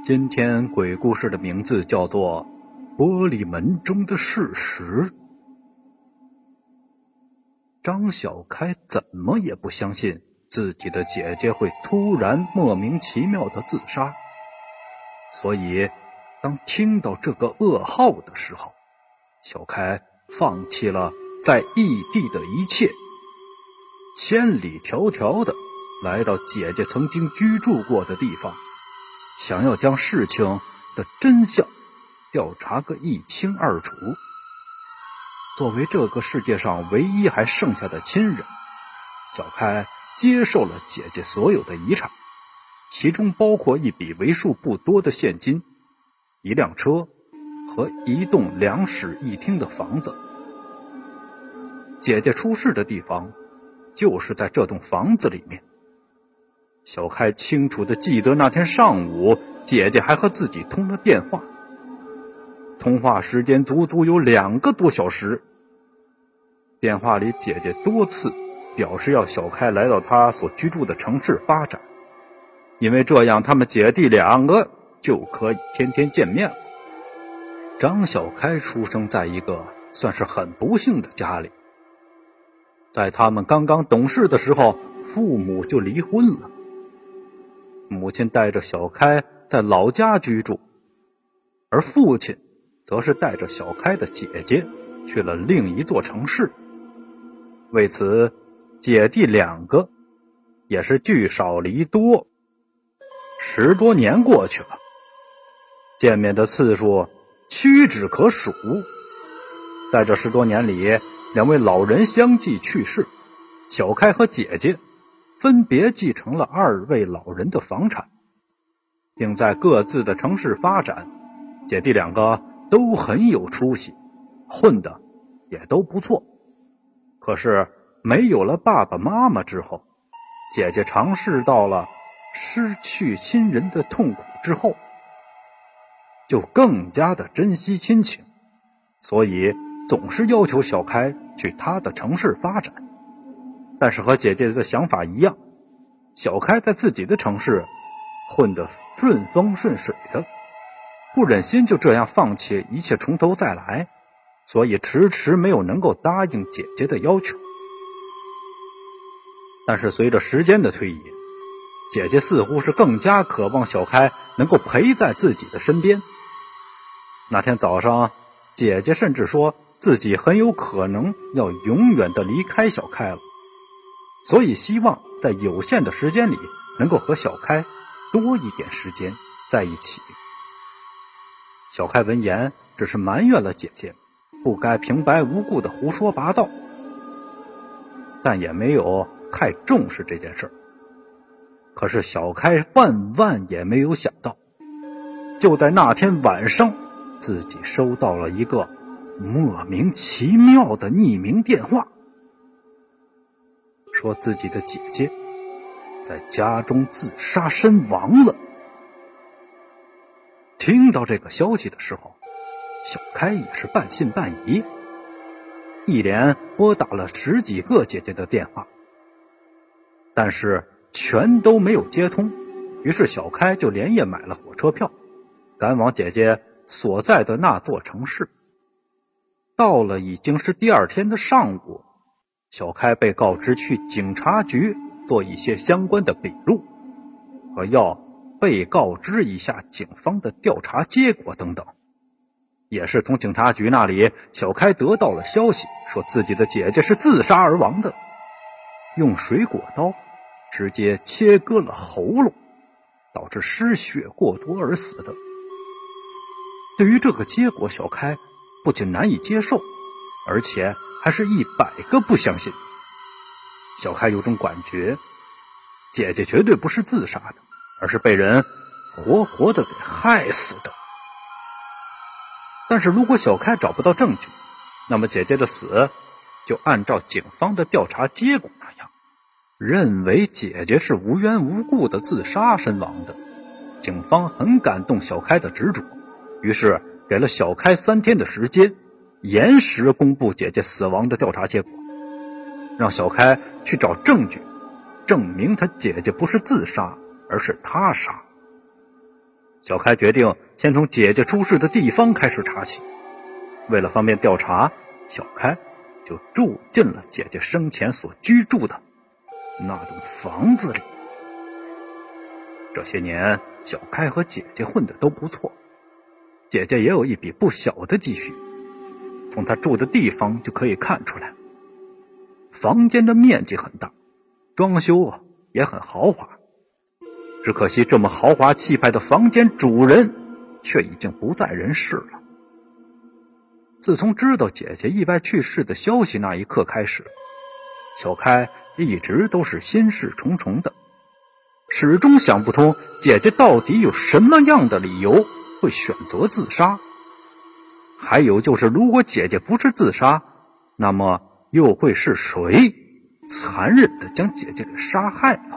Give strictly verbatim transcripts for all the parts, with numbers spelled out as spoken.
今天鬼故事的名字叫做《玻璃门中的事实》。张小开怎么也不相信自己的姐姐会突然莫名其妙的自杀，所以当听到这个噩耗的时候，小开放弃了在异地的一切，千里迢迢的来到姐姐曾经居住过的地方，想要将事情的真相调查个一清二楚。作为这个世界上唯一还剩下的亲人，小开接受了姐姐所有的遗产，其中包括一笔为数不多的现金、一辆车和一栋两室一厅的房子。姐姐出事的地方就是在这栋房子里面。小开清楚地记得那天上午，姐姐还和自己通了电话，通话时间足足有两个多小时。电话里姐姐多次表示要小开来到她所居住的城市发展，因为这样他们姐弟两个就可以天天见面了。张小开出生在一个算是很不幸的家里，在他们刚刚懂事的时候，父母就离婚了。母亲带着小开在老家居住，而父亲则是带着小开的姐姐去了另一座城市。为此，姐弟两个也是聚少离多。十多年过去了，见面的次数屈指可数。在这十多年里，两位老人相继去世，小开和姐姐分别继承了二位老人的房产，并在各自的城市发展。姐弟两个都很有出息，混得也都不错。可是没有了爸爸妈妈之后，姐姐尝试到了失去亲人的痛苦之后，就更加的珍惜亲情，所以总是要求小开去他的城市发展。但是和姐姐的想法一样，小开在自己的城市混得顺风顺水的，不忍心就这样放弃一切从头再来，所以迟迟没有能够答应姐姐的要求。但是随着时间的推移，姐姐似乎是更加渴望小开能够陪在自己的身边。那天早上，姐姐甚至说自己很有可能要永远的离开小开了，所以希望在有限的时间里能够和小开多一点时间在一起。小开闻言只是埋怨了姐姐不该平白无故的胡说八道，但也没有太重视这件事。可是小开万万也没有想到，就在那天晚上，自己收到了一个莫名其妙的匿名电话，说自己的姐姐在家中自杀身亡了。听到这个消息的时候，小开也是半信半疑，一连拨打了十几个姐姐的电话，但是全都没有接通。于是小开就连夜买了火车票，赶往姐姐所在的那座城市。到了已经是第二天的上午，小开被告知去警察局做一些相关的笔录，和要被告知一下警方的调查结果等等。也是从警察局那里，小开得到了消息，说自己的姐姐是自杀而亡的，用水果刀直接切割了喉咙，导致失血过多而死的。对于这个结果，小开不仅难以接受，而且还是一百个不相信。小开有种感觉，姐姐绝对不是自杀的，而是被人活活的给害死的。但是如果小开找不到证据，那么姐姐的死就按照警方的调查结果那样，认为姐姐是无缘无故的自杀身亡的。警方很感动小开的执着，于是给了小开三天的时间，延时公布姐姐死亡的调查结果，让小开去找证据，证明他姐姐不是自杀，而是他杀。 小开决定先从姐姐出事的地方开始查起。为了方便调查，小开就住进了姐姐生前所居住的那栋房子里。这些年，小开和姐姐混得都不错，姐姐也有一笔不小的积蓄，从她住的地方就可以看出来。房间的面积很大，装修啊也很豪华，只可惜这么豪华气派的房间主人却已经不在人世了。自从知道姐姐意外去世的消息那一刻开始，小开一直都是心事重重的，始终想不通姐姐到底有什么样的理由会选择自杀。还有就是，如果姐姐不是自杀，那么又会是谁残忍地将姐姐给杀害了？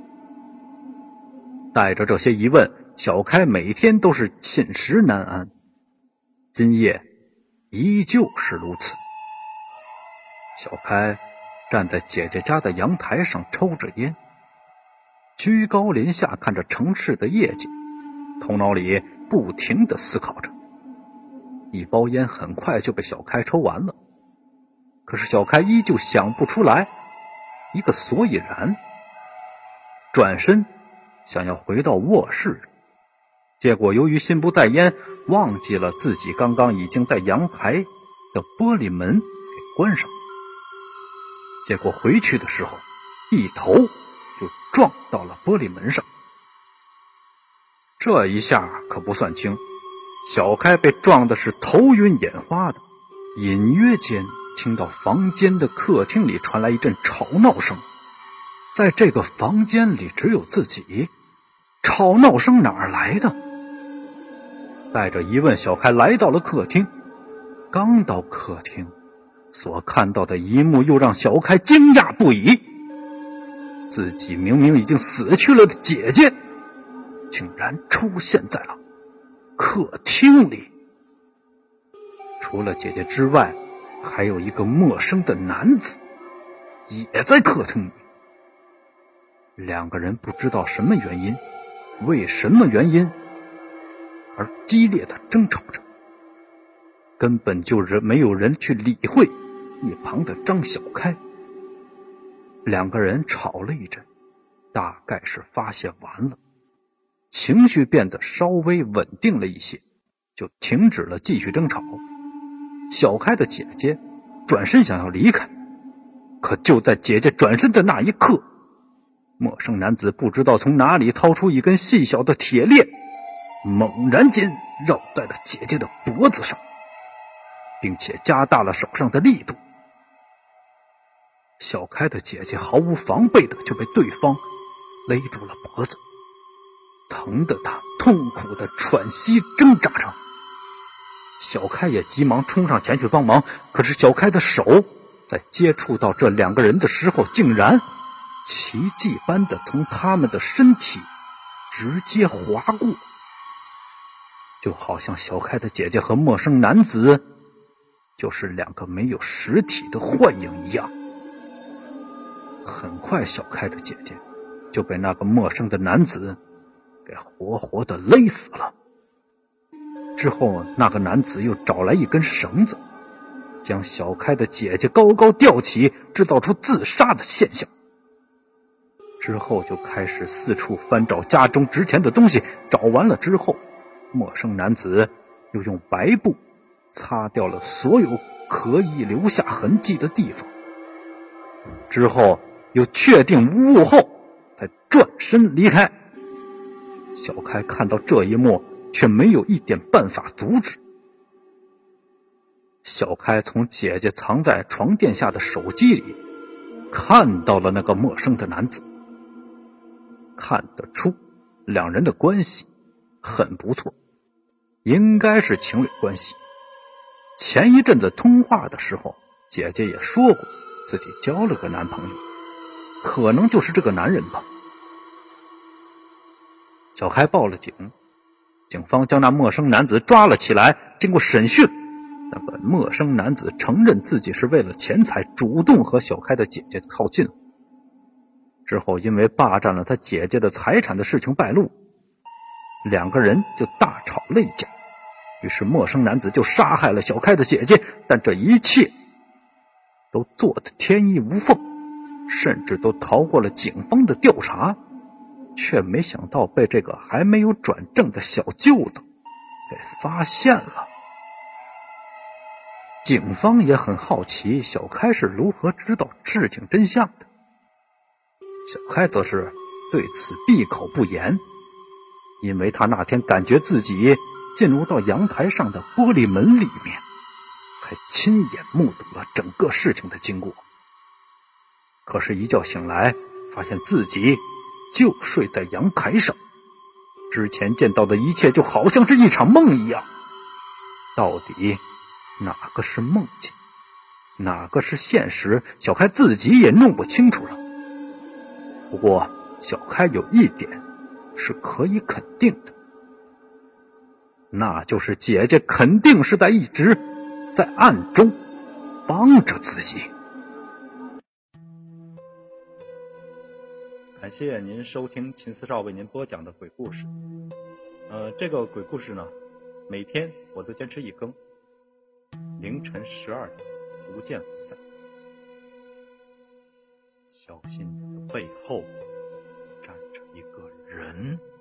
带着这些疑问，小开每天都是寝食难安。今夜依旧是如此。小开站在姐姐家的阳台上抽着烟，居高临下看着城市的夜景，头脑里不停地思考着。一包烟很快就被小开抽完了，可是小开依旧想不出来一个所以然。转身想要回到卧室，结果由于心不在焉，忘记了自己刚刚已经在阳台的玻璃门给关上，结果回去的时候一头就撞到了玻璃门上。这一下可不算轻，小开被撞的是头晕眼花的，隐约间听到房间的客厅里传来一阵吵闹声。在这个房间里只有自己，吵闹声哪儿来的？带着疑问，小开来到了客厅。刚到客厅，所看到的一幕又让小开惊讶不已。自己明明已经死去了的姐姐，竟然出现在了客厅里。除了姐姐之外，还有一个陌生的男子也在客厅里。两个人不知道什么原因，为什么原因而激烈的争吵着，根本就没有人去理会一旁的张小开。两个人吵了一阵，大概是发泄完了，情绪变得稍微稳定了一些，就停止了继续争吵。小开的姐姐转身想要离开，可就在姐姐转身的那一刻，陌生男子不知道从哪里掏出一根细小的铁链，猛然间绕在了姐姐的脖子上，并且加大了手上的力度。小开的姐姐毫无防备的就被对方勒住了脖子，疼得她痛苦的喘息挣扎着。小开也急忙冲上前去帮忙，可是小开的手在接触到这两个人的时候，竟然奇迹般的从他们的身体直接划过，就好像小开的姐姐和陌生男子就是两个没有实体的幻影一样。很快小开的姐姐就被那个陌生的男子给活活的勒死了。之后那个男子又找来一根绳子，将小开的姐姐高高吊起，制造出自杀的现象。之后就开始四处翻找家中值钱的东西，找完了之后，陌生男子又用白布擦掉了所有可以留下痕迹的地方，之后又确定无误后才转身离开。小开看到这一幕，却没有一点办法阻止。小开从姐姐藏在床垫下的手机里看到了那个陌生的男子，看得出两人的关系很不错，应该是情侣关系。前一阵子通话的时候，姐姐也说过自己交了个男朋友，可能就是这个男人吧。小开报了警，警方将那陌生男子抓了起来。经过审讯，那个陌生男子承认自己是为了钱财主动和小开的姐姐靠近，之后因为霸占了他姐姐的财产的事情败露， 两个人就大吵了一架。于是陌生男子就杀害了小开的姐姐，但这一切都做得天衣无缝，甚至都逃过了警方的调查，却没想到被这个还没有转正的小舅子给发现了。警方也很好奇小开是如何知道事情真相的，小开则是对此闭口不言，因为他那天感觉自己进入到阳台上的玻璃门里面，还亲眼目睹了整个事情的经过。可是一觉醒来，发现自己就睡在阳台上，之前见到的一切就好像是一场梦一样。到底哪个是梦境，哪个是现实，小开自己也弄不清楚了。不过小开有一点是可以肯定的，那就是姐姐肯定是在一直在暗中帮着自己。感谢您收听秦四少为您播讲的鬼故事。呃，这个鬼故事呢，每天我都坚持一更，凌晨十二点不见不散。小心你的背后站着一个人。